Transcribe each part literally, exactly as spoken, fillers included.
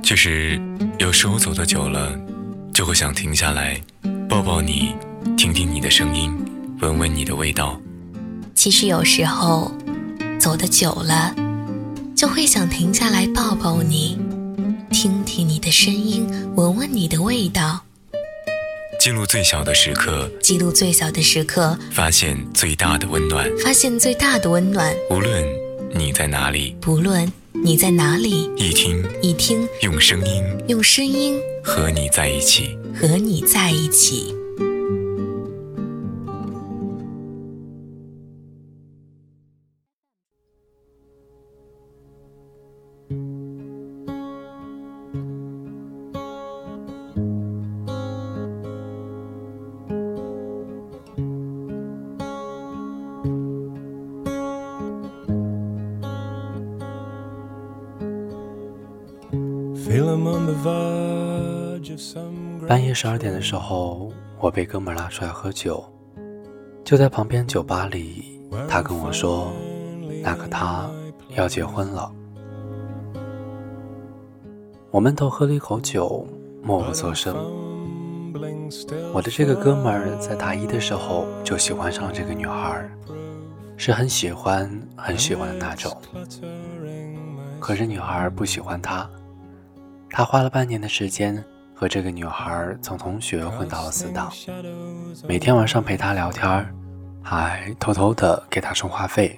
就是有时候走得久了，就会想停下来抱抱你，听听你的声音，闻闻你的味道。 其实有时候走得久了，就会想停下来抱抱你，听听你的声音，闻闻你的味道。 记录最小的时刻， 记录最小的时刻， 发现最大的温暖， 发现最大的温暖。 无论你在哪里， 不论你在哪里， 一听一听， 用声音用声音和你在一起， 和你在一起。 半夜十二点的时候，我被哥们拉出来喝酒，就在旁边酒吧里，他跟我说那个他要结婚了。我们都喝了一口酒，默不作声。我的这个哥们儿在大一的时候就喜欢上了这个女孩，是很喜欢很喜欢的那种。可是女孩不喜欢他，他花了半年的时间和这个女孩从同学混到了死党，每天晚上陪她聊天，还偷偷的给她充话费。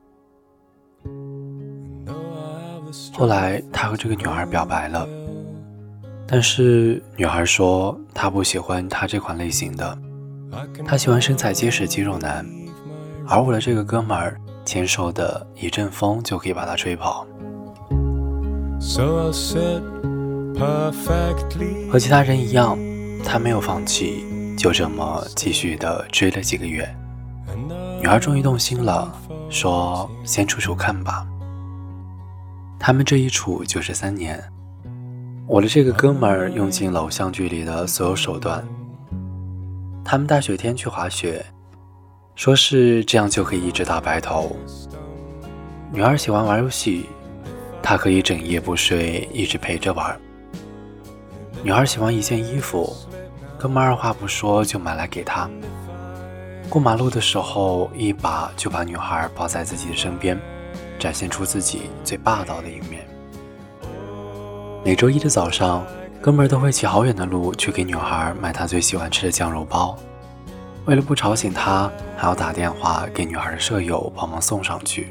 后来他和这个女孩表白了，但是女孩说她不喜欢他这款类型的，她喜欢身材结实肌肉男，而我的这个哥们儿纤瘦的一阵风就可以把他吹跑。和其他人一样，他没有放弃，就这么继续的追了几个月。女孩终于动心了，说先处处看吧。他们这一处就是三年。我的这个哥们儿用尽了偶像剧里的所有手段。他们大雪天去滑雪，说是这样就可以一直打白头。女孩喜欢玩游戏，他可以整夜不睡，一直陪着玩。女孩喜欢一件衣服，哥们二话不说就买来给她。过马路的时候，一把就把女孩抱在自己的身边，展现出自己最霸道的一面。每周一的早上，哥们儿都会骑好远的路去给女孩买她最喜欢吃的酱肉包，为了不吵醒她，还要打电话给女孩的舍友帮忙送上去。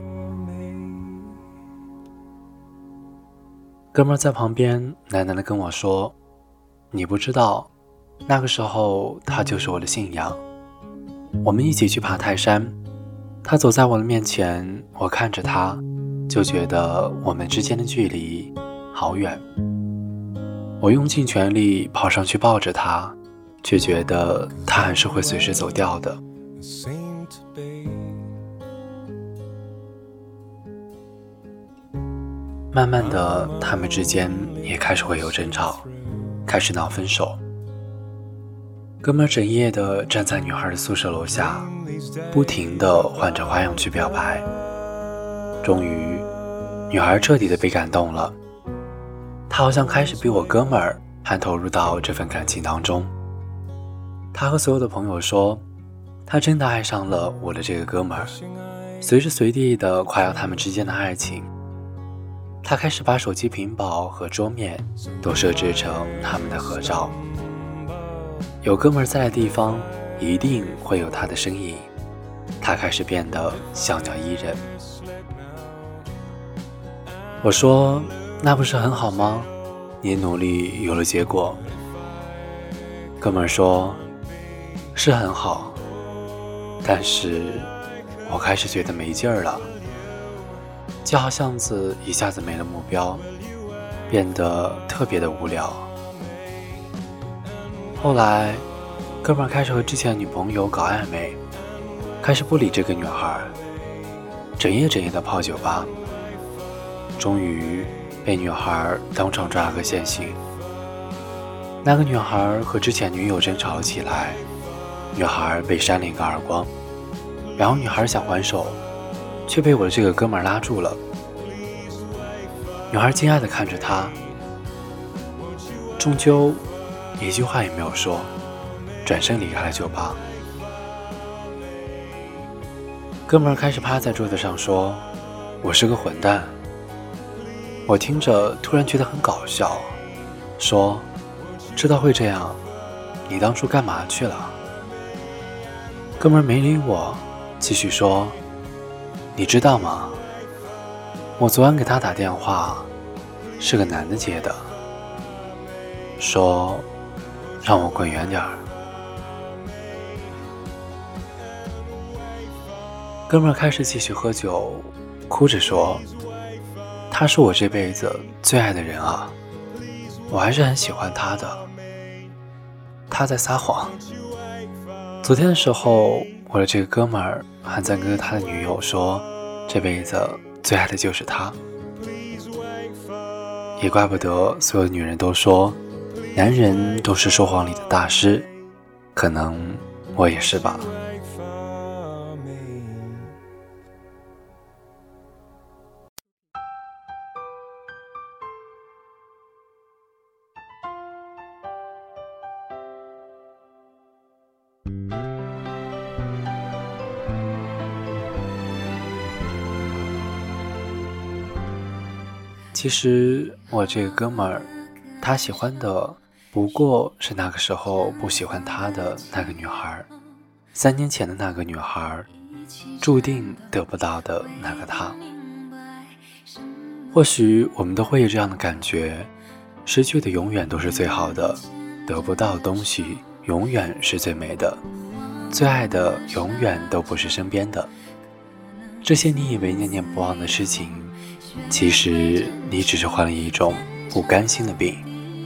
哥们儿在旁边喃喃地跟我说，你不知道，那个时候他就是我的信仰。我们一起去爬泰山，他走在我的面前，我看着他，就觉得我们之间的距离好远。我用尽全力跑上去抱着他，却觉得他还是会随时走掉的。慢慢的，他们之间也开始会有争吵，开始闹分手。哥们儿整夜的站在女孩的宿舍楼下，不停的换着花样去表白。终于，女孩彻底的被感动了，她好像开始比我哥们儿还投入到这份感情当中。她和所有的朋友说，她真的爱上了我的这个哥们儿，随时随地的夸耀他们之间的爱情。他开始把手机屏保和桌面都设置成他们的合照，有哥们儿在的地方一定会有他的身影。他开始变得小鸟依人。我说，那不是很好吗？你努力有了结果。哥们儿说，是很好，但是我开始觉得没劲儿了，就好像子一下子没了目标，变得特别的无聊。后来哥们儿开始和之前的女朋友搞暧昧，开始不理这个女孩，整夜整夜的泡酒吧，终于被女孩当场抓了个现行。那个女孩和之前女友争吵了起来，女孩被扇了一个耳光，然后女孩想还手，却被我的这个哥们儿拉住了。女孩惊讶地看着他， 终究一句话也没有说，转身离开了酒吧。哥们儿开始趴在桌子上说，我是个混蛋。我听着突然觉得很搞笑，说，知道会这样，你当初干嘛去了？哥们儿没理我，继续说，你知道吗？我昨晚给他打电话，是个男的接的，说让我滚远点儿。哥们儿开始继续喝酒，哭着说，他是我这辈子最爱的人啊，我还是很喜欢他的。他在撒谎。昨天的时候，我的这个哥们儿还在跟他的女友说，这辈子最爱的就是他。也怪不得所有的女人都说，男人都是说谎里的大师，可能我也是吧。其实我这个哥们儿，他喜欢的不过是那个时候不喜欢他的那个女孩，三年前的那个女孩，注定得不到的那个他。或许我们都会有这样的感觉，失去的永远都是最好的，得不到的东西永远是最美的，最爱的永远都不是身边的。这些你以为念念不忘的事情，其实你只是患了一种不甘心的病。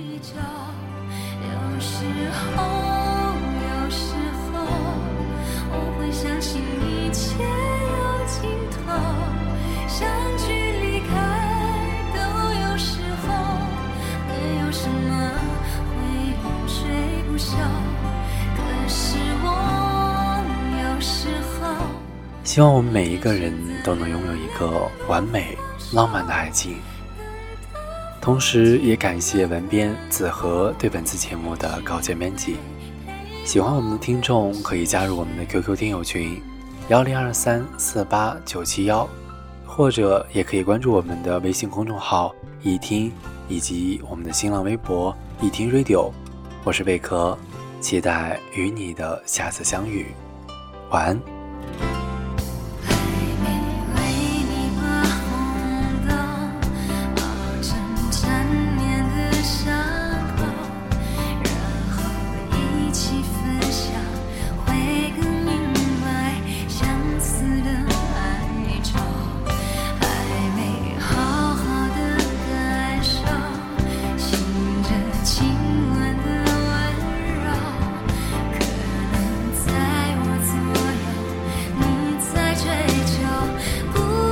有时候，有时候，我会相信一切有尽头，相聚离开都有时候，没有什么会永垂不朽。可是我有时候， 希望我们每一个人都能拥有一个完美浪漫的爱情。同时也感谢文编子和对本次节目的稿件编辑。喜欢我们的听众可以加入我们的 Q Q 听友群幺零二三四八九七幺，或者也可以关注我们的微信公众号一听，以及我们的新浪微博一听 Radio。 我是贝壳，期待与你的下次相遇。晚安。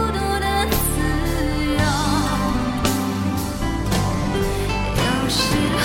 是